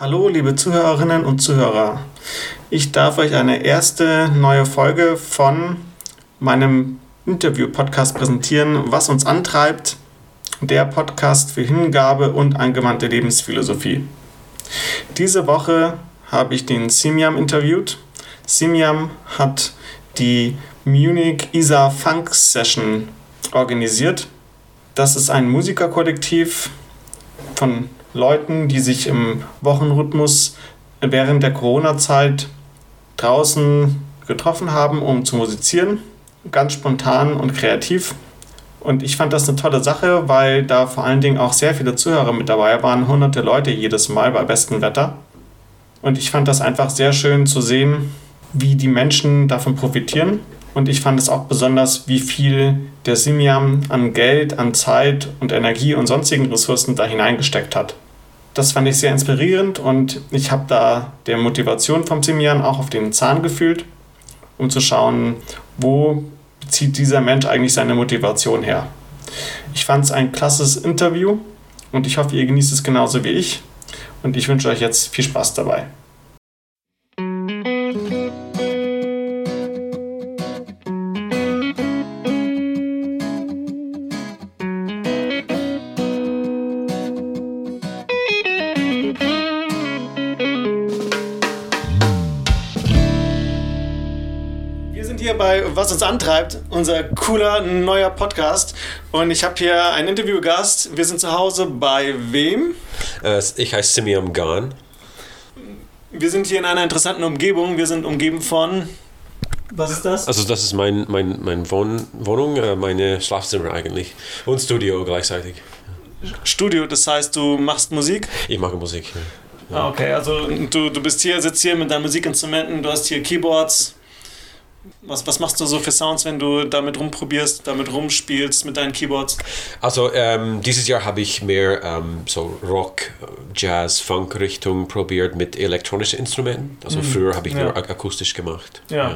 Hallo liebe Zuhörerinnen und Zuhörer, ich darf euch eine erste neue Folge von meinem Interview-Podcast präsentieren, was uns antreibt, der Podcast für Hingabe und angewandte Lebensphilosophie. Diese Woche habe ich den Simiam interviewt. Simiam hat die Munich ISA Funk Session organisiert. Das ist ein Musikerkollektiv von Leuten, die sich im Wochenrhythmus während der Corona-Zeit draußen getroffen haben, um zu musizieren. Ganz spontan und kreativ. Und ich fand das eine tolle Sache, weil da vor allen Dingen auch sehr viele Zuhörer mit dabei waren. Hunderte Leute jedes Mal bei bestem Wetter. Und ich fand das einfach sehr schön zu sehen, wie die Menschen davon profitieren. Und ich fand es auch besonders, wie viel der Simiam an Geld, an Zeit und Energie und sonstigen Ressourcen da hineingesteckt hat. Das fand ich sehr inspirierend und ich habe da der Motivation vom Simiam auch auf den Zahn gefühlt, um zu schauen, wo zieht dieser Mensch eigentlich seine Motivation her. Ich fand es ein klasses Interview und ich hoffe, ihr genießt es genauso wie ich und ich wünsche euch jetzt viel Spaß dabei. Bei Was uns antreibt, unser cooler neuer Podcast. Und ich habe hier einen Interviewgast. Wir sind zu Hause bei wem? Ich heiße Simiam Gan. Wir sind hier in einer interessanten Umgebung. Wir sind umgeben von... Was ist das? Also das ist meine Wohnung, meine Schlafzimmer eigentlich. Und Studio gleichzeitig. Studio, das heißt, du machst Musik? Ich mache Musik, ja. Okay, also du sitzt hier mit deinen Musikinstrumenten, du hast hier Keyboards. Was machst du so für Sounds, wenn du damit rumprobierst, damit rumspielst mit deinen Keyboards? Also dieses Jahr habe ich mehr so Rock, Jazz, Funk-Richtung probiert mit elektronischen Instrumenten. Also früher habe ich nur akustisch gemacht. Ja.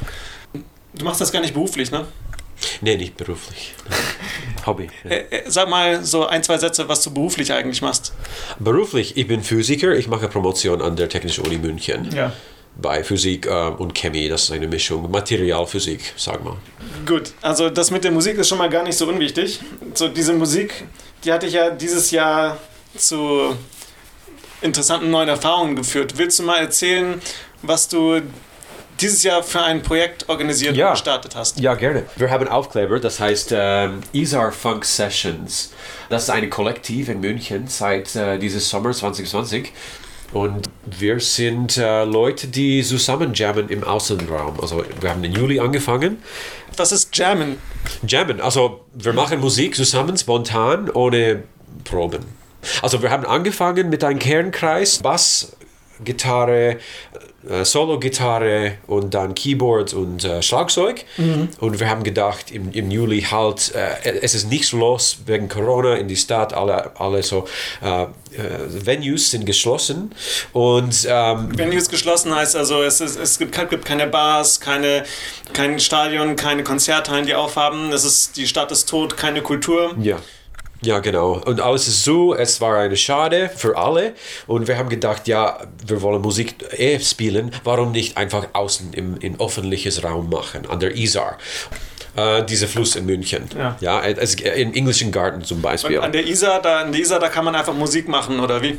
Du machst das gar nicht beruflich, ne? Nee, nicht beruflich. Hobby. Ja. Sag mal so 1, 2 Sätze, was du beruflich eigentlich machst. Beruflich, ich bin Physiker, ich mache Promotion an der Technischen Uni München. Ja. Bei Physik und Chemie, das ist eine Mischung, Materialphysik, sag mal. Gut, also das mit der Musik ist schon mal gar nicht so unwichtig. So diese Musik, die hatte ich ja dieses Jahr zu interessanten neuen Erfahrungen geführt. Willst du mal erzählen, was du dieses Jahr für ein Projekt organisiert und gestartet hast? Ja, gerne. Wir haben Aufkleber, das heißt ISA Funk Sessions. Das ist ein Kollektiv in München seit dieses Sommer 2020. Und wir sind Leute, die zusammen jammen im Außenraum. Also wir haben im Juli angefangen. Was ist Jammen? Jammen, also wir machen Musik zusammen, spontan, ohne Proben. Also wir haben angefangen mit einem Kernkreis, Bass, Gitarre, Solo-Gitarre und dann Keyboard und Schlagzeug. Und wir haben gedacht, im Juli halt, es ist nichts los wegen Corona in die Stadt, alle so Venues sind geschlossen. Und, Venues geschlossen heißt also, es gibt keine Bars, kein Stadion, keine Konzerthallen, die aufhaben. Die Stadt ist tot, keine Kultur. Ja. Ja, genau. Und alles ist so, es war eine Schade für alle und wir haben gedacht, ja, wir wollen Musik spielen, warum nicht einfach außen im öffentliches Raum machen, an der Isar. Dieser Fluss in München. Ja, im englischen Garten zum Beispiel. Und an der Isar, da kann man einfach Musik machen, oder wie?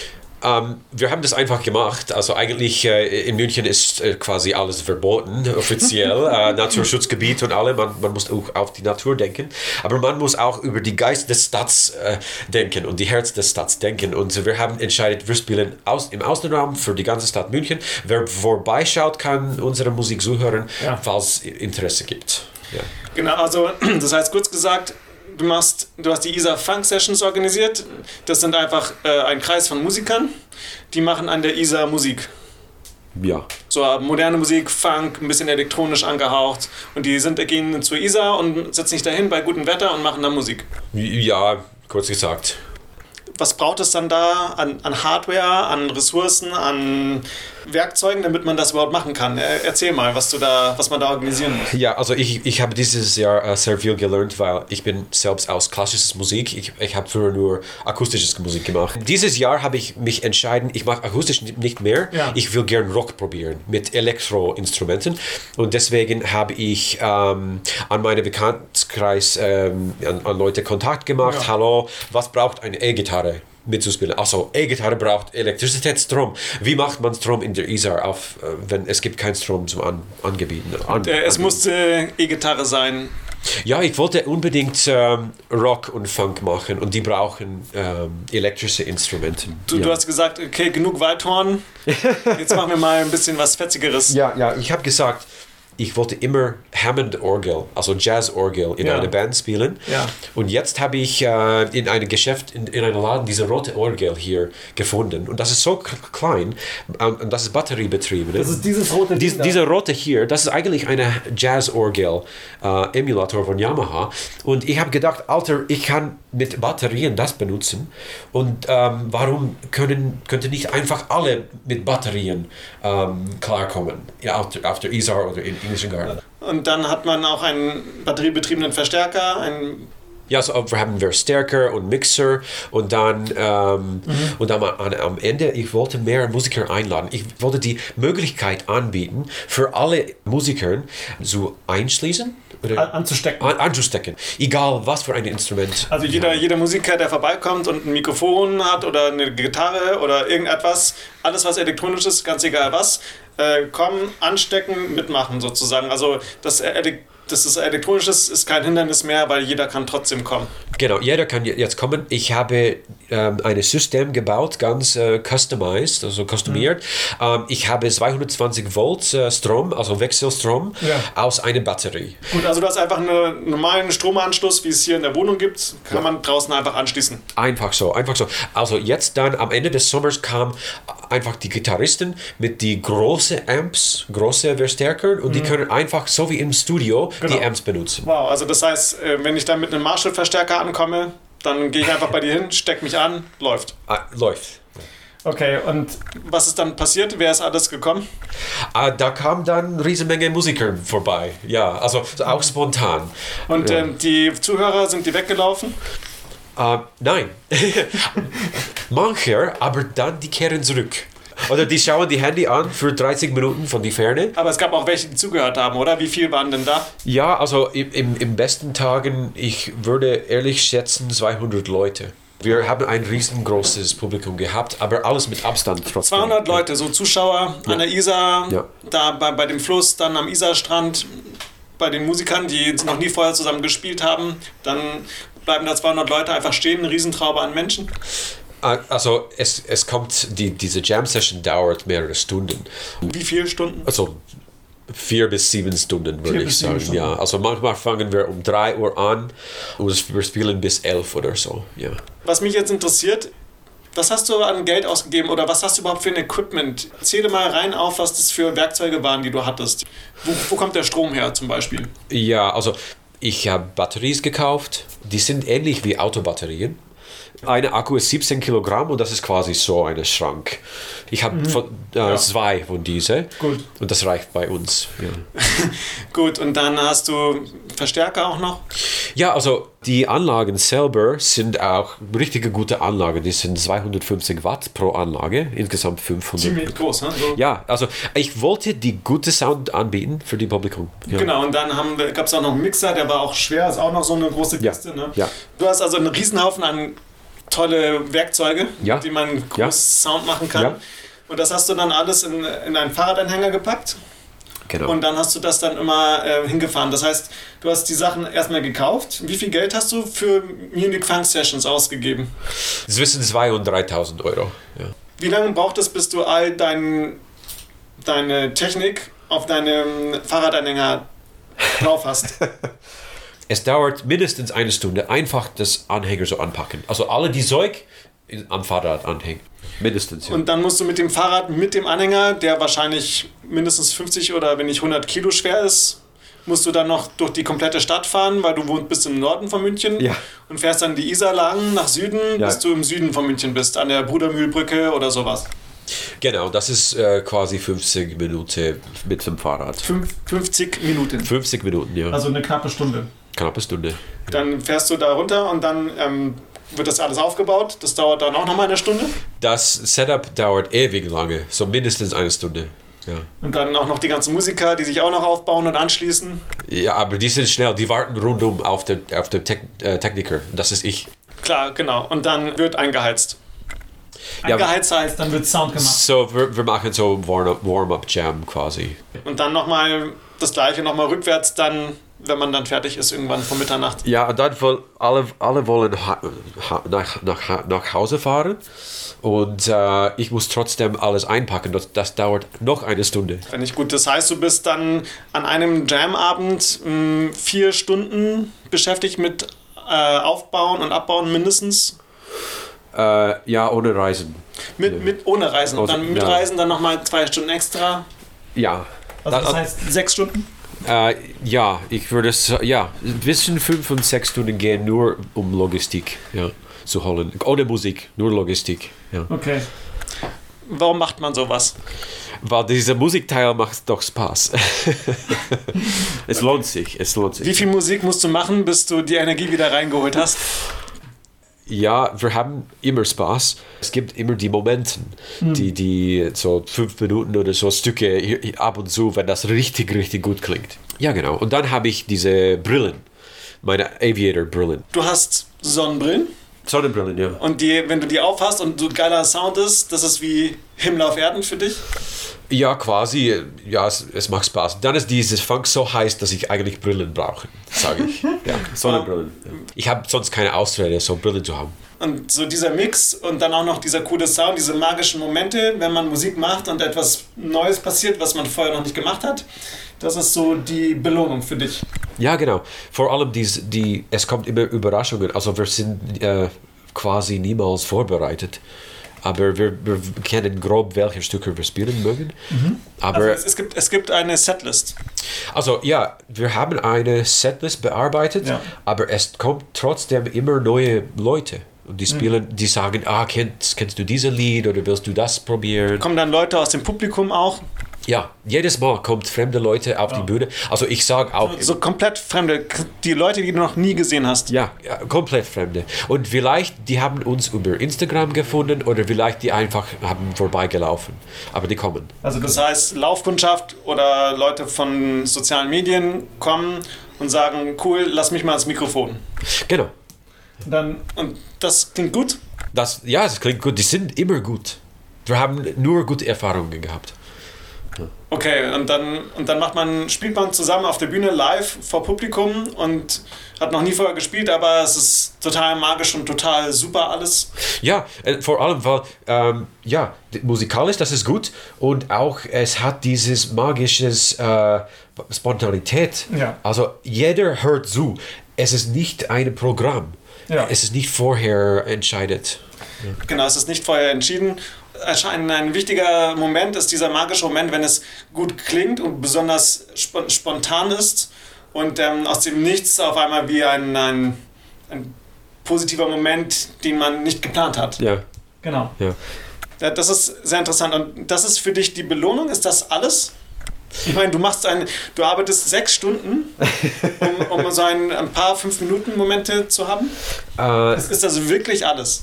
Wir haben das einfach gemacht. Also eigentlich in München ist quasi alles verboten, offiziell. Naturschutzgebiet und alle. Man muss auch auf die Natur denken. Aber man muss auch über die Geist des Staats denken und die Herz des Staats denken. Und wir haben entschieden, wir spielen im Außenraum für die ganze Stadt München. Wer vorbeischaut, kann unsere Musik zuhören, falls es Interesse gibt. Ja. Genau, also das heißt kurz gesagt, du hast die ISA Funk Sessions organisiert. Das sind einfach ein Kreis von Musikern, die machen an der ISA Musik. Ja. So moderne Musik, Funk, ein bisschen elektronisch angehaucht. Und gehen zur ISA und setzen sich dahin bei gutem Wetter und machen da Musik. Ja, kurz gesagt. Was braucht es dann da an Hardware, an Ressourcen, an Werkzeugen, damit man das überhaupt machen kann? Erzähl mal, was man da organisieren muss. Ja, also ich habe dieses Jahr sehr viel gelernt, weil ich bin selbst aus klassischer Musik. Ich habe früher nur akustische Musik gemacht. Dieses Jahr habe ich mich entschieden, ich mache akustisch nicht mehr. Ja. Ich will gern Rock probieren mit Elektroinstrumenten. Und deswegen habe ich an meinen Bekanntenkreis an Leute Kontakt gemacht. Ja. Hallo, was braucht eine E-Gitarre mitzuspielen? Also E-Gitarre braucht Elektrizität, Strom. Wie macht man Strom in der Isar wenn es gibt keinen Strom zum Angebieten? Es musste E-Gitarre sein. Ja, ich wollte unbedingt Rock und Funk machen und die brauchen elektrische Instrumente. Du hast gesagt, okay, genug Waldhorn, jetzt machen wir mal ein bisschen was Fetzigeres. Ja, ich habe gesagt, ich wollte immer Hammond-Orgel, also Jazz-Orgel in einer Band spielen. Ja. Und jetzt habe ich in einem Geschäft, in einem Laden, diese rote Orgel hier gefunden. Und das ist so klein und das ist batteriebetrieben. Das ist dieses rote Ding Diese rote hier, das ist eigentlich eine Jazz-Orgel-Emulator von Yamaha. Und ich habe gedacht, Alter, ich kann mit Batterien das benutzen. Und warum könnten nicht einfach alle mit Batterien klarkommen? Ja, auf der Isar oder in und dann hat man auch einen batteriebetriebenen Verstärker, ja, so haben wir Stärker und Mixer und dann, am Ende, ich wollte mehr Musiker einladen. Ich wollte die Möglichkeit anbieten, für alle Musiker zu einschließen. Oder anzustecken. Egal was für ein Instrument. Also jeder Musiker, der vorbeikommt und ein Mikrofon hat oder eine Gitarre oder irgendetwas, alles was elektronisch ist, ganz egal was, kommen, anstecken, mitmachen sozusagen. Also das ist elektronisches, ist kein Hindernis mehr, weil jeder kann trotzdem kommen. Genau, jeder kann jetzt kommen. Ich habe ein System gebaut, ganz customized, also kostumiert. Ich habe 220 Volt Strom, also Wechselstrom, aus einer Batterie. Gut, also du hast einfach einen normalen Stromanschluss, wie es hier in der Wohnung gibt, kann man draußen einfach anschließen. Einfach so. Also jetzt dann, am Ende des Sommers kamen einfach die Gitarristen mit die großen Amps, große Verstärker und die können einfach, so wie im Studio, die Amps benutzen. Wow, also das heißt, wenn ich dann mit einem Marshall-Verstärker ankomme, dann gehe ich einfach bei dir hin, steck mich an, läuft. Läuft. Okay, und was ist dann passiert? Wer ist alles gekommen? Da kam dann eine riesige Menge Musiker vorbei. Ja, also auch spontan. Und die Zuhörer, sind die weggelaufen? Nein. Manche, aber dann die kehren zurück. Oder die schauen die Handy an für 30 Minuten von die Ferne. Aber es gab auch welche, die zugehört haben, oder? Wie viel waren denn da? Ja, also im besten Tagen, ich würde ehrlich schätzen, 200 Leute. Wir haben ein riesengroßes Publikum gehabt, aber alles mit Abstand trotzdem. 200 Leute, so Zuschauer an der Isar, da bei dem Fluss, dann am Isarstrand, bei den Musikern, die noch nie vorher zusammen gespielt haben. Dann bleiben da 200 Leute einfach stehen, eine Riesentraube an Menschen. Also es kommt, diese Jam-Session dauert mehrere Stunden. Wie viele Stunden? Also 4 bis 7 Stunden, würde ich sagen. Ja, also manchmal fangen wir um 3 Uhr an und wir spielen bis 11 oder so. Ja. Was mich jetzt interessiert, was hast du an Geld ausgegeben oder was hast du überhaupt für ein Equipment? Zähle mal rein auf, was das für Werkzeuge waren, die du hattest. Wo kommt der Strom her zum Beispiel? Ja, also ich habe Batterien gekauft, die sind ähnlich wie Autobatterien. Eine Akku ist 17 Kilogramm und das ist quasi so ein Schrank. Ich habe 2 von diesen. Gut. Und das reicht bei uns. Ja. Gut, und dann hast du Verstärker auch noch? Ja, also die Anlagen selber sind auch richtige gute Anlagen. Die sind 250 Watt pro Anlage, insgesamt 500. Ziemlich groß, ne? So. Ja, also ich wollte die gute Sound anbieten für die Publikum. Ja. Genau, und dann gab es auch noch einen Mixer, der war auch schwer, ist auch noch so eine große Kiste. Ne? Ja. Du hast also einen Riesenhaufen an tolle Werkzeuge, die man groß Sound machen kann. Ja. Und das hast du dann alles in einen Fahrradanhänger gepackt. Genau. Und dann hast du das dann immer hingefahren. Das heißt, du hast die Sachen erstmal gekauft. Wie viel Geld hast du für Munich Funk Sessions ausgegeben? Zwischen 2.000 und 3.000 Euro. Ja. Wie lange braucht es, bis du all deine Technik auf deinem Fahrradanhänger drauf hast? Es dauert mindestens 1 Stunde, einfach das Anhänger so anpacken. Also alle die Zeug am Fahrrad anhängen. Mindestens. Ja. Und dann musst du mit dem Fahrrad, mit dem Anhänger, der wahrscheinlich mindestens 50 oder wenn nicht 100 Kilo schwer ist, musst du dann noch durch die komplette Stadt fahren, weil du bist im Norden von München und fährst dann die Isar lang nach Süden, bis du im Süden von München bist, an der Brudermühlbrücke oder sowas. Genau, das ist quasi 50 Minuten mit dem Fahrrad. 50 Minuten? 50 Minuten, ja. Also eine knappe Stunde? Knappe Stunde. Dann fährst du da runter und dann wird das alles aufgebaut. Das dauert dann auch nochmal eine Stunde? Das Setup dauert ewig lange, so mindestens eine Stunde. Ja. Und dann auch noch die ganzen Musiker, die sich auch noch aufbauen und anschließen? Ja, aber die sind schnell, die warten rundum auf den Techniker. Das ist ich. Klar, genau. Und dann wird eingeheizt. Eingeheizt heißt, dann wird Sound gemacht. So, wir machen so Warm-up-Jam quasi. Und dann nochmal das Gleiche, nochmal rückwärts dann, wenn man dann fertig ist, irgendwann vor Mitternacht. Ja, und dann alle wollen nach Hause fahren. Und ich muss trotzdem alles einpacken. Das dauert noch eine Stunde. Finde ich gut. Das heißt, du bist dann an einem Jam-Abend 4 Stunden beschäftigt mit Aufbauen und Abbauen mindestens? Ja, ohne Reisen. Ohne Reisen. Und dann mit Reisen dann nochmal 2 Stunden extra? Ja. Also das heißt 6 Stunden? Ja, ich würde zwischen 5 und 6 Stunden gehen, nur um Logistik zu holen. Ohne Musik, nur Logistik. Ja. Okay. Warum macht man sowas? Weil dieser Musikteil macht doch Spaß. Es lohnt sich. Wie viel Musik musst du machen, bis du die Energie wieder reingeholt hast? Ja, wir haben immer Spaß. Es gibt immer die Momente, die so 5 Minuten oder so Stücke ab und zu, wenn das richtig, richtig gut klingt. Ja, genau. Und dann habe ich diese Brillen, meine Aviator-Brillen. Du hast Sonnenbrillen? Sonnenbrillen, ja. Und wenn du die aufhast und so geiler Sound ist, das ist wie Himmel auf Erden für dich? Ja, quasi. Ja, es macht Spaß. Dann ist dieses Funk so heiß, dass ich eigentlich Brillen brauche, sage ich. Ja, Sonnenbrillen. Ja. Ich habe sonst keine Ausrede, so Brillen zu haben. Und so dieser Mix und dann auch noch dieser coole Sound, diese magischen Momente, wenn man Musik macht und etwas Neues passiert, was man vorher noch nicht gemacht hat, das ist so die Belohnung für dich. Ja, genau. Vor allem es kommt immer Überraschungen. Also wir sind quasi niemals vorbereitet. Aber wir kennen grob, welche Stücke wir spielen mögen. Aber also es gibt eine Setlist. Also ja, wir haben eine Setlist bearbeitet, aber es kommt trotzdem immer neue Leute. Und die spielen, die sagen, kennst du dieses Lied oder willst du das probieren? Kommen dann Leute aus dem Publikum auch? Ja, jedes Mal kommt fremde Leute auf die Bühne. Also ich sage auch... So komplett fremde, die Leute, die du noch nie gesehen hast. Ja, komplett fremde. Und vielleicht, die haben uns über Instagram gefunden oder vielleicht die einfach haben vorbeigelaufen. Aber die kommen. Also das heißt, Laufkundschaft oder Leute von sozialen Medien kommen und sagen, cool, lass mich mal ans Mikrofon. Genau. Und das klingt gut? Das klingt gut. Die sind immer gut. Wir haben nur gute Erfahrungen gehabt. Okay, und dann spielt man zusammen auf der Bühne live vor Publikum und hat noch nie vorher gespielt, aber es ist total magisch und total super alles. Ja, vor allem, weil, musikalisch, das ist gut und auch es hat dieses magisches Spontanität. Ja. Also jeder hört zu. Es ist nicht ein Programm. Ja. Es ist nicht vorher entscheidet. Ja. Genau, es ist nicht vorher entschieden. Ein wichtiger Moment ist dieser magische Moment, wenn es gut klingt und besonders spontan ist und aus dem Nichts auf einmal wie ein positiver Moment, den man nicht geplant hat. Ja. Genau. Ja. Das ist sehr interessant. Und das ist für dich die Belohnung? Ist das alles? Ich meine, du arbeitest 6 Stunden, um so ein paar 5-Minuten-Momente zu haben. Ist das wirklich alles?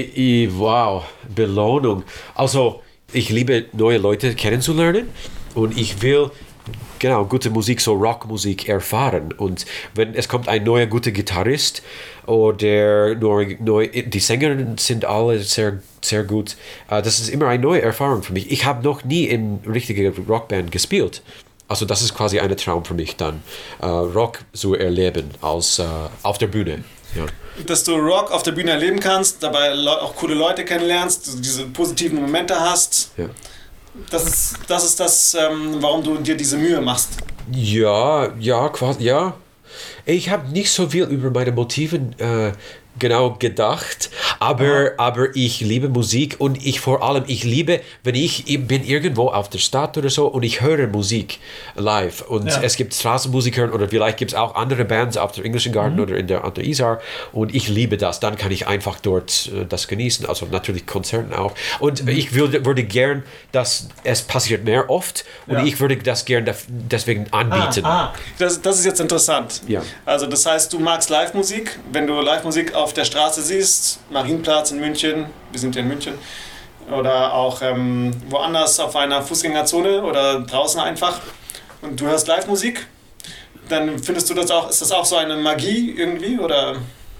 Wow, Belohnung. Also, ich liebe neue Leute kennenzulernen und ich will gute Musik, so Rockmusik erfahren. Und wenn es kommt ein neuer guter Gitarrist oder die Sängerinnen sind alle sehr, sehr gut, das ist immer eine neue Erfahrung für mich. Ich habe noch nie in richtiger Rockband gespielt. Also das ist quasi ein Traum für mich dann, Rock zu erleben als auf der Bühne. Ja. Dass du Rock auf der Bühne erleben kannst, dabei auch coole Leute kennenlernst, diese positiven Momente hast. Ja. Das ist das, warum du dir diese Mühe machst. Ja, quasi, ja. Ich habe nicht so viel über meine Motive genau gedacht, Aber ich liebe Musik und ich liebe, wenn ich bin irgendwo auf der Stadt oder so und ich höre Musik live und es gibt Straßenmusiker oder vielleicht gibt es auch andere Bands auf der Englischen Garten oder an der Isar und ich liebe das, dann kann ich einfach dort das genießen, also natürlich Konzerten auch und ich würde gern, dass es passiert mehr oft und ich würde das gern deswegen anbieten. Das ist jetzt interessant. Ja. Also das heißt, du magst Live-Musik, wenn du Live-Musik auf der Straße siehst, Marienplatz in München, wir sind ja in München, oder auch woanders auf einer Fußgängerzone oder draußen einfach und du hörst Live-Musik, dann findest du das auch, ist das auch so eine Magie irgendwie oder?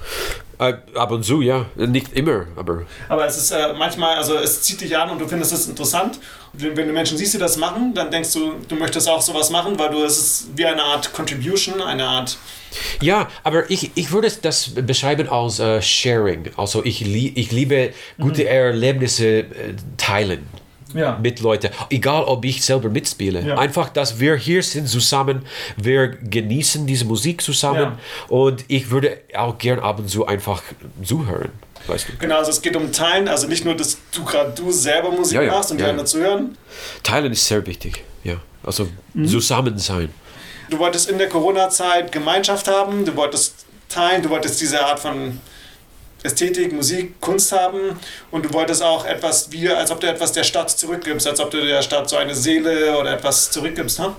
Ab und zu, ja. Nicht immer, aber... Aber es ist manchmal, also es zieht dich an und du findest es interessant. Und wenn du Menschen siehst, die das machen, dann denkst du, du möchtest auch sowas machen, weil es ist wie eine Art Contribution, eine Art... Ja, aber ich würde das beschreiben als Sharing. Also ich liebe gute Erlebnisse teilen. Ja. Mit Leuten, egal ob ich selber mitspiele. Ja. Einfach, dass wir hier sind zusammen, wir genießen diese Musik zusammen und ich würde auch gern ab und zu einfach zuhören. Weißt du? Genau, also es geht um Teilen, also nicht nur, dass du selber Musik machst und die anderen zuhören. Teilen ist sehr wichtig, ja. Also zusammen sein. Du wolltest in der Corona-Zeit Gemeinschaft haben, du wolltest teilen, du wolltest diese Art von Ästhetik, Musik, Kunst haben und du wolltest auch etwas, als ob du etwas der Stadt zurückgibst, als ob du der Stadt so eine Seele oder etwas zurückgibst, ne?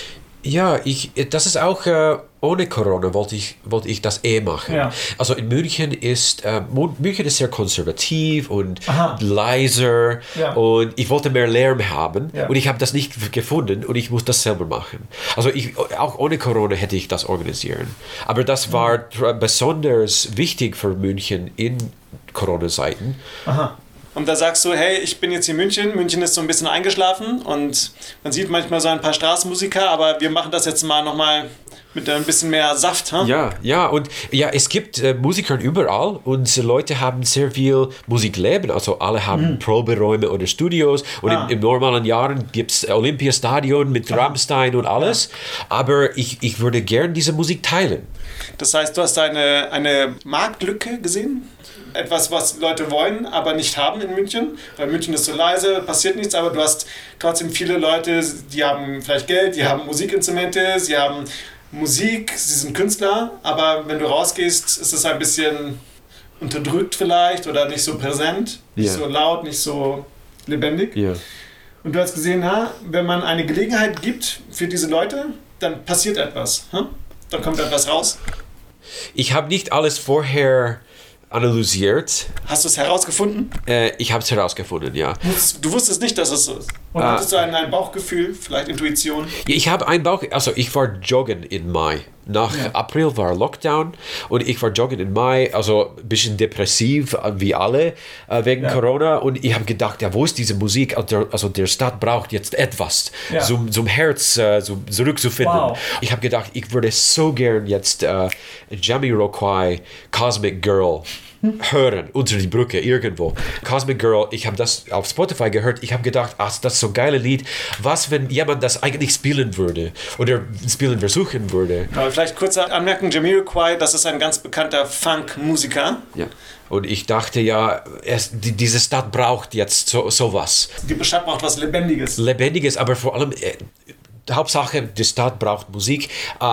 Ja, das ist auch ohne Corona wollte ich das machen. Ja. Also in München ist sehr konservativ und leiser und ich wollte mehr Lärm haben und ich habe das nicht gefunden und ich muss das selber machen. Also auch ohne Corona hätte ich das organisieren. Aber das war besonders wichtig für München in Corona-Zeiten. Und da sagst du, hey, ich bin jetzt hier in München. München ist so ein bisschen eingeschlafen und man sieht manchmal so ein paar Straßenmusiker, aber wir machen das jetzt mal nochmal mit ein bisschen mehr Saft. Huh? Ja, und es gibt Musiker überall und Leute haben sehr viel Musikleben. Also alle haben Proberäume oder Studios und in normalen Jahren gibt es Olympiastadion mit Rammstein und alles. Aber ich würde gern diese Musik teilen. Das heißt, du hast eine Marktlücke gesehen? Etwas, was Leute wollen, aber nicht haben in München, weil München ist so leise, passiert nichts, aber du hast trotzdem viele Leute, die haben vielleicht Geld, die haben Musikinstrumente, sie haben Musik, sie sind Künstler, aber wenn du rausgehst, ist es ein bisschen unterdrückt vielleicht oder nicht so präsent, nicht so laut, nicht so lebendig. Yeah. Und du hast gesehen, wenn man eine Gelegenheit gibt für diese Leute, dann passiert etwas. Dann kommt etwas raus. Ich habe nicht alles vorher analysiert. Hast du es herausgefunden? Ich habe es herausgefunden, ja. Du wusstest nicht, dass es so ist? Oder hattest du ein Bauchgefühl, vielleicht Intuition? Ich habe ein Bauch, also ich war joggen im Mai. Nach April war Lockdown und ich war joggen im Mai, also ein bisschen depressiv wie alle wegen Corona und ich habe gedacht, wo ist diese Musik? Also der Stadt braucht jetzt etwas zum Herz zurückzufinden. Wow. Ich habe gedacht, ich würde so gern jetzt Jamiroquai, Cosmic Girl hören, unter die Brücke, irgendwo. Cosmic Girl, ich habe das auf Spotify gehört, ich habe gedacht, das ist so ein geiles Lied, was, wenn jemand das eigentlich spielen würde oder spielen versuchen würde. Aber vielleicht kurz anmerken, Jamiroquai, das ist ein ganz bekannter Funk-Musiker. Ja, und ich dachte diese Stadt braucht jetzt sowas. Die Stadt braucht was Lebendiges. Lebendiges, aber vor allem Hauptsache, die Stadt braucht Musik.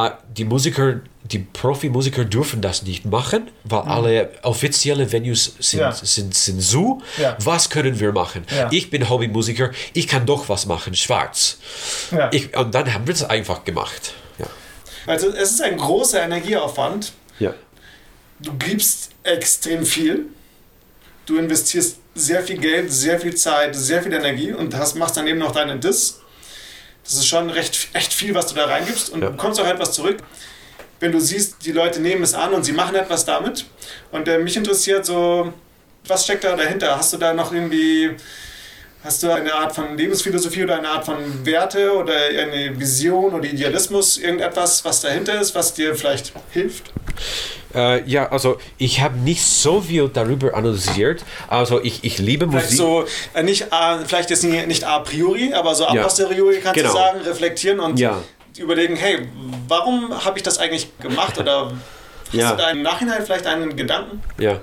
Die Profimusiker dürfen das nicht machen, weil alle offizielle Venues sind zu. Ja. Was können wir machen? Ja. Ich bin Hobbymusiker, ich kann doch was machen, schwarz. Ja. Und dann haben wir es einfach gemacht. Ja. Also es ist ein großer Energieaufwand. Ja. Du gibst extrem viel. Du investierst sehr viel Geld, sehr viel Zeit, sehr viel Energie und machst dann eben noch deinen Diss. Das ist schon echt viel, was du da reingibst und du bekommst auch etwas zurück. Wenn du siehst, die Leute nehmen es an und sie machen etwas damit. Und mich interessiert so, was steckt da dahinter? Hast du da noch irgendwie, eine Art von Lebensphilosophie oder eine Art von Werte oder eine Vision oder Idealismus, irgendetwas, was dahinter ist, was dir vielleicht hilft? Also ich habe nicht so viel darüber analysiert. Also ich liebe vielleicht Musik. So, vielleicht jetzt nicht a priori, aber so a posteriori kannst du sagen, reflektieren und überlegen, hey, warum habe ich das eigentlich gemacht oder Hast du da im Nachhinein vielleicht einen Gedanken? Ja,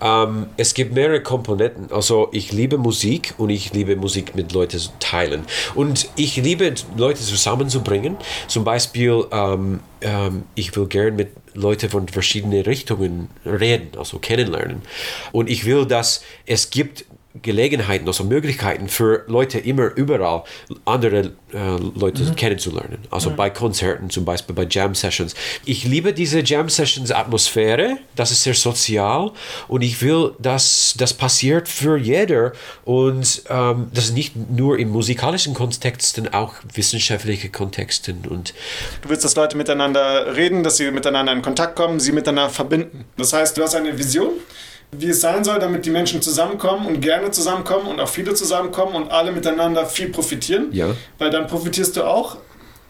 es gibt mehrere Komponenten. Also ich liebe Musik und ich liebe Musik mit Leuten zu teilen. Und ich liebe Leute zusammenzubringen. Zum Beispiel, ich will gerne mit Leuten von verschiedenen Richtungen reden, also kennenlernen. Und ich will, dass es gibt Gelegenheiten, also Möglichkeiten für Leute immer überall andere Leute kennenzulernen. Also bei Konzerten, zum Beispiel bei Jam-Sessions. Ich liebe diese Jam-Sessions-Atmosphäre, das ist sehr sozial und ich will, dass das passiert für jeder und das nicht nur in musikalischen Kontexten, auch wissenschaftliche Kontexten. Und du willst, dass Leute miteinander reden, dass sie miteinander in Kontakt kommen, sie miteinander verbinden. Das heißt, du hast eine Vision, wie es sein soll, damit die Menschen zusammenkommen und gerne zusammenkommen und auch viele zusammenkommen und alle miteinander viel profitieren. Ja. Weil dann profitierst du auch.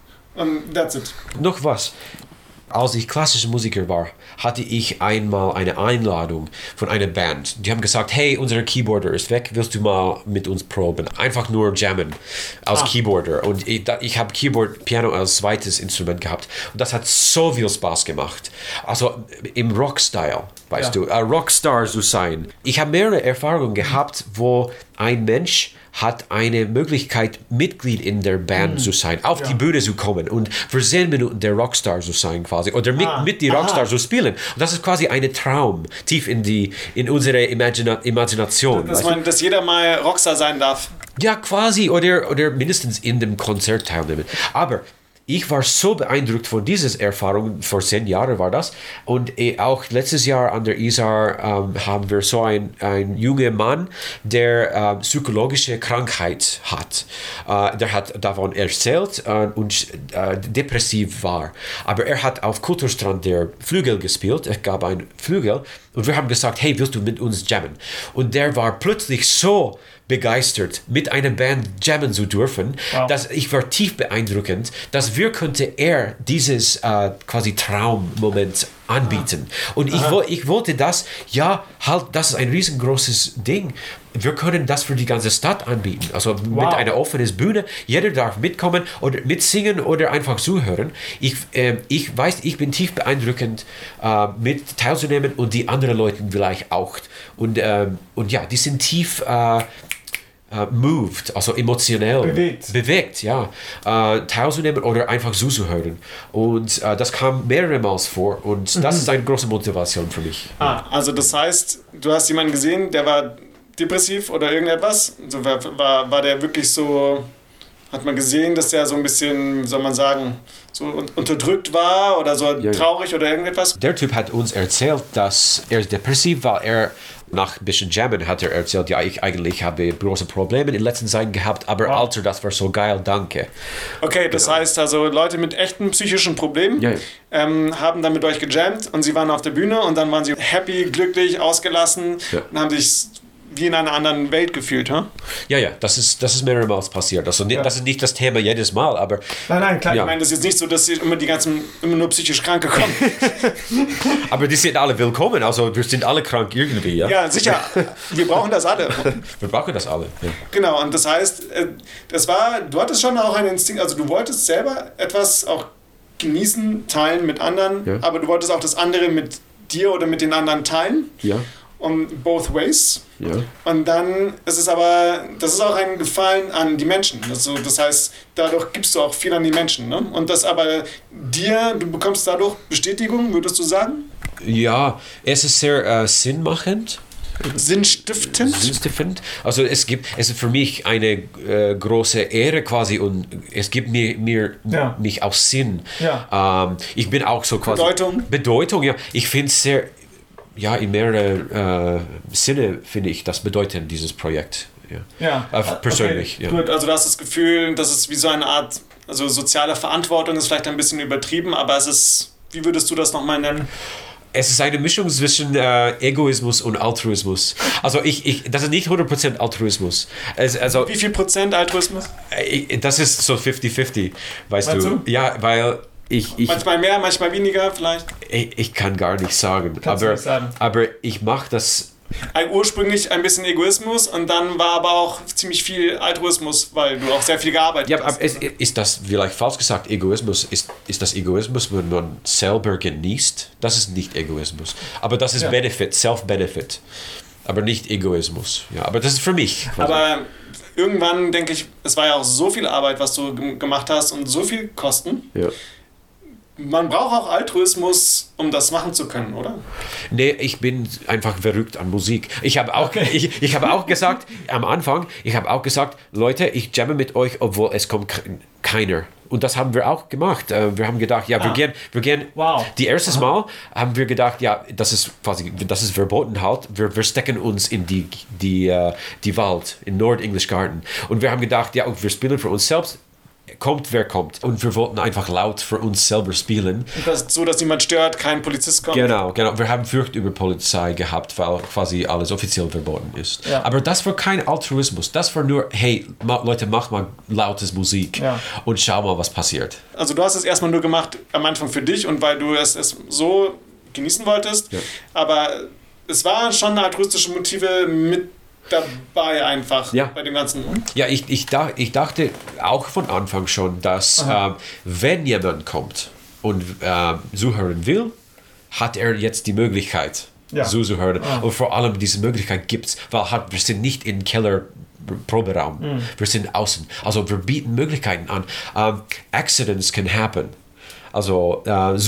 Und that's it. Noch was. Als ich klassischer Musiker war, hatte ich einmal eine Einladung von einer Band. Die haben gesagt, hey, unser Keyboarder ist weg, willst du mal mit uns proben? Einfach nur jammen als Keyboarder. Und ich habe Keyboard, Piano als zweites Instrument gehabt. Und das hat so viel Spaß gemacht. Also im Rock-Style, weißt du, Rockstar zu sein. Ich habe mehrere Erfahrungen gehabt, wo ein Mensch hat eine Möglichkeit, Mitglied in der Band zu sein, auf die Bühne zu kommen und für 10 Minuten der Rockstar zu sein quasi oder mit die Rockstar zu spielen. Und das ist quasi ein Traum, tief in unsere Imagination. Dass jeder mal Rockstar sein darf. Ja, quasi, oder mindestens in dem Konzert teilnehmen. Aber ich war so beeindruckt von dieser Erfahrung, vor 10 Jahren war das. Und auch letztes Jahr an der ISAR haben wir so einen jungen Mann, der psychologische Krankheit hat. Der hat davon erzählt und depressiv war. Aber er hat auf Kulturstrand der Flügel gespielt. Es gab einen Flügel. Und wir haben gesagt, hey, willst du mit uns jammen? Und der war plötzlich so begeistert, mit einer Band jammen zu dürfen, dass ich war tief beeindruckend, dass könnte er dieses quasi Traummoment anbieten. Und ich wollte das, das ist ein riesengroßes Ding. Wir können das für die ganze Stadt anbieten. Also mit einer offenen Bühne. Jeder darf mitkommen oder mitsingen oder einfach zuhören. Ich weiß, ich bin tief beeindruckend, mit teilzunehmen und die anderen Leute vielleicht auch. Und die sind tief moved, also emotionell bewegt teilzunehmen oder einfach zuzuhören. Und das kam mehrere Mal vor und das ist eine große Motivation für mich. Also das heißt, du hast jemanden gesehen, der war depressiv oder irgendetwas? Also war der wirklich so, hat man gesehen, dass der so ein bisschen, soll man sagen, so unterdrückt war oder so traurig oder irgendetwas? Der Typ hat uns erzählt, dass er depressiv war. Nach ein bisschen Jammen hat er erzählt, ich eigentlich habe große Probleme in letzten Zeiten gehabt, aber Alter, das war so geil, danke. Okay, das heißt also, Leute mit echten psychischen Problemen haben dann mit euch gejammt und sie waren auf der Bühne und dann waren sie happy, glücklich, ausgelassen und haben sich wie in einer anderen Welt gefühlt, huh? Ja, das ist mehrmals passiert. Also das ist nicht das Thema jedes Mal, aber... Nein, klar, ich meine, das ist jetzt nicht so, dass immer nur psychisch Kranke kommen. Aber die sind alle willkommen, also wir sind alle krank irgendwie, ja? Ja, sicher. Wir brauchen das alle. Wir brauchen das alle, ja. Genau, und das heißt, du hattest schon auch einen Instinkt, also du wolltest selber etwas auch genießen, teilen mit anderen, aber du wolltest auch das andere mit dir oder mit den anderen teilen. Ja. Und both ways. Ja. Und dann ist es aber, das ist auch ein Gefallen an die Menschen. Also, das heißt, dadurch gibst du auch viel an die Menschen. Ne? Und das aber du bekommst dadurch Bestätigung, würdest du sagen? Ja, es ist sehr sinnmachend. Sinnstiftend. Also es ist für mich eine große Ehre quasi und es gibt mich auch Sinn. Ja. Ich bin auch so quasi... Bedeutung, ja. Ich finde es sehr... Ja, in mehrere Sinne finde ich das bedeutend, dieses Projekt. Ja. Persönlich. Okay. Ja. Gut, also du hast das Gefühl, dass es wie so eine Art, also soziale Verantwortung ist vielleicht ein bisschen übertrieben, aber es ist, wie würdest du das nochmal nennen? Es ist eine Mischung zwischen Egoismus und Altruismus. Also das ist nicht 100% Altruismus. Wie viel Prozent Altruismus? Das ist so 50-50, weißt du? Ja, weil... manchmal mehr, manchmal weniger vielleicht? Ich kann gar nicht sagen. Aber ich mache das Ursprünglich ein bisschen Egoismus und dann war aber auch ziemlich viel Altruismus, weil du auch sehr viel gearbeitet hast. Ja, aber ist das vielleicht falsch gesagt, Egoismus? Ist das Egoismus, wenn man selber genießt? Das ist nicht Egoismus. Aber das ist Benefit, Self-Benefit. Aber nicht Egoismus. Ja, aber das ist für mich. Aber irgendwann denke ich, es war ja auch so viel Arbeit, was du gemacht hast und so viel Kosten. Ja. Man braucht auch Altruismus, um das machen zu können, oder? Nee, ich bin einfach verrückt an Musik. Ich habe auch, ich habe auch gesagt, am Anfang, Leute, ich jamme mit euch, obwohl es kommt keiner. Und das haben wir auch gemacht. Wir haben gedacht, ja, wir gehen. Wow. Die erstes Mal haben wir gedacht, ja, das ist verboten halt. Wir stecken uns in die Wald, in Nord-English Garden. Und wir haben gedacht, ja, wir spielen für uns selbst. Kommt, wer kommt. Und wir wollten einfach laut für uns selber spielen. So, dass niemand stört, kein Polizist kommt. Genau. Wir haben Furcht über Polizei gehabt, weil quasi alles offiziell verboten ist. Ja. Aber das war kein Altruismus. Das war nur, hey, Leute, mach mal lautes Musik und schau mal, was passiert. Also du hast es erstmal nur gemacht am Anfang für dich und weil du es so genießen wolltest. Ja. Aber es waren schon altruistische Motive mit dabei einfach bei dem Ganzen. Ja, ich dachte auch von Anfang schon, dass wenn jemand kommt und zuhören will, hat er jetzt die Möglichkeit zuzuhören. Und vor allem diese Möglichkeit gibt es, weil wir sind nicht im Keller Proberaum, wir sind außen. Also wir bieten Möglichkeiten an. Accidents can happen. Also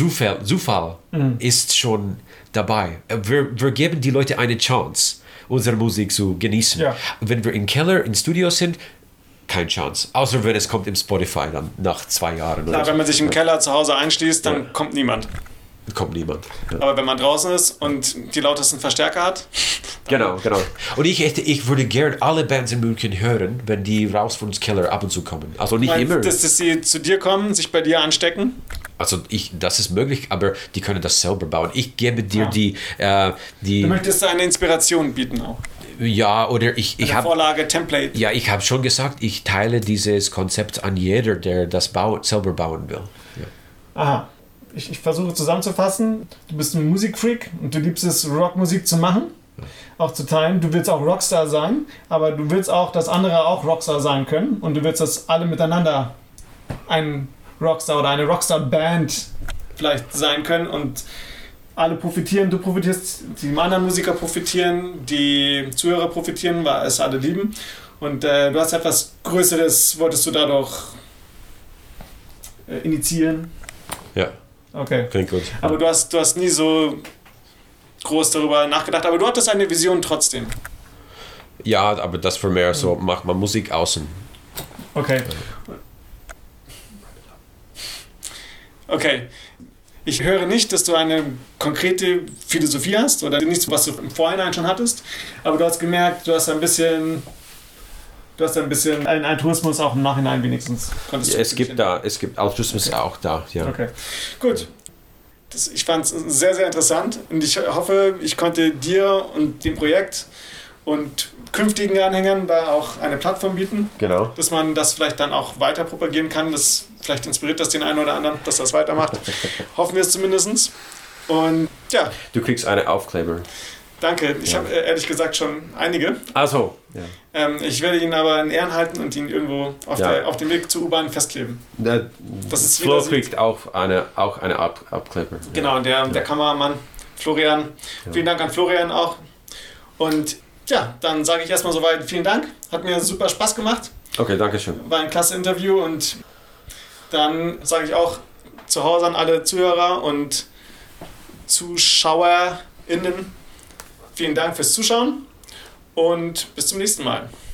Zufall ist schon dabei. Wir geben die Leute eine Chance, unsere Musik zu genießen. Ja. Wenn wir im Keller, im Studio sind, keine Chance. Außer wenn es kommt im Spotify dann nach 2 Jahren. Klar, wenn man sich im Keller zu Hause einschließt, dann kommt niemand. Kommt niemand. Ja. Aber wenn man draußen ist und die lautesten Verstärker hat. Genau. Und ich würde gern alle Bands in München hören, wenn die raus von uns Keller ab und zu kommen. Also nicht immer. Dass sie zu dir kommen, sich bei dir anstecken? Also das ist möglich, aber die können das selber bauen. Ich gebe dir die... Du möchtest eine Inspiration bieten auch. Ja, oder ich habe... Vorlage, Template. Ja, ich habe schon gesagt, ich teile dieses Konzept an jeder, der das selber bauen will. Ja. Aha. Ich versuche zusammenzufassen. Du bist ein Musikfreak und du liebst es, Rockmusik zu machen, auch zu teilen. Du willst auch Rockstar sein, aber du willst auch, dass andere auch Rockstar sein können und du willst, dass alle miteinander ein Rockstar oder eine Rockstar-Band vielleicht sein können und alle profitieren. Du profitierst, die anderen Musiker profitieren, die Zuhörer profitieren, weil es alle lieben. Und du hast etwas Größeres, wolltest du dadurch initiieren. Ja. Okay. Klingt gut. Aber du hast nie so groß darüber nachgedacht, aber du hattest eine Vision trotzdem. Ja, aber das war mehr so, macht man Musik außen. Okay. Okay. Ich höre nicht, dass du eine konkrete Philosophie hast oder nichts, was du im Vorhinein schon hattest, aber du hast gemerkt, du hast ein bisschen einen Altruismus auch im Nachhinein wenigstens. Es gibt Altruismus auch da, ja. Okay, gut. Ich fand es sehr, sehr interessant und ich hoffe, ich konnte dir und dem Projekt und künftigen Anhängern da auch eine Plattform bieten, genau, dass man das vielleicht dann auch weiter propagieren kann. Vielleicht inspiriert das den einen oder anderen, dass das weitermacht. Hoffen wir es zumindest. Und ja. Du kriegst eine Aufkleber. Danke. Ich habe ehrlich gesagt schon einige. Ach so. Ja. Ich werde ihn aber in Ehren halten und ihn irgendwo auf dem Weg zur U-Bahn festkleben. Flo kriegt auch eine Aufkleber. Genau, der Kameramann Florian. Ja. Vielen Dank an Florian auch. Und ja, dann sage ich erstmal soweit vielen Dank. Hat mir super Spaß gemacht. Okay, danke schön. War ein klasse Interview und dann sage ich auch zu Hause an alle Zuhörer und ZuschauerInnen vielen Dank fürs Zuschauen und bis zum nächsten Mal.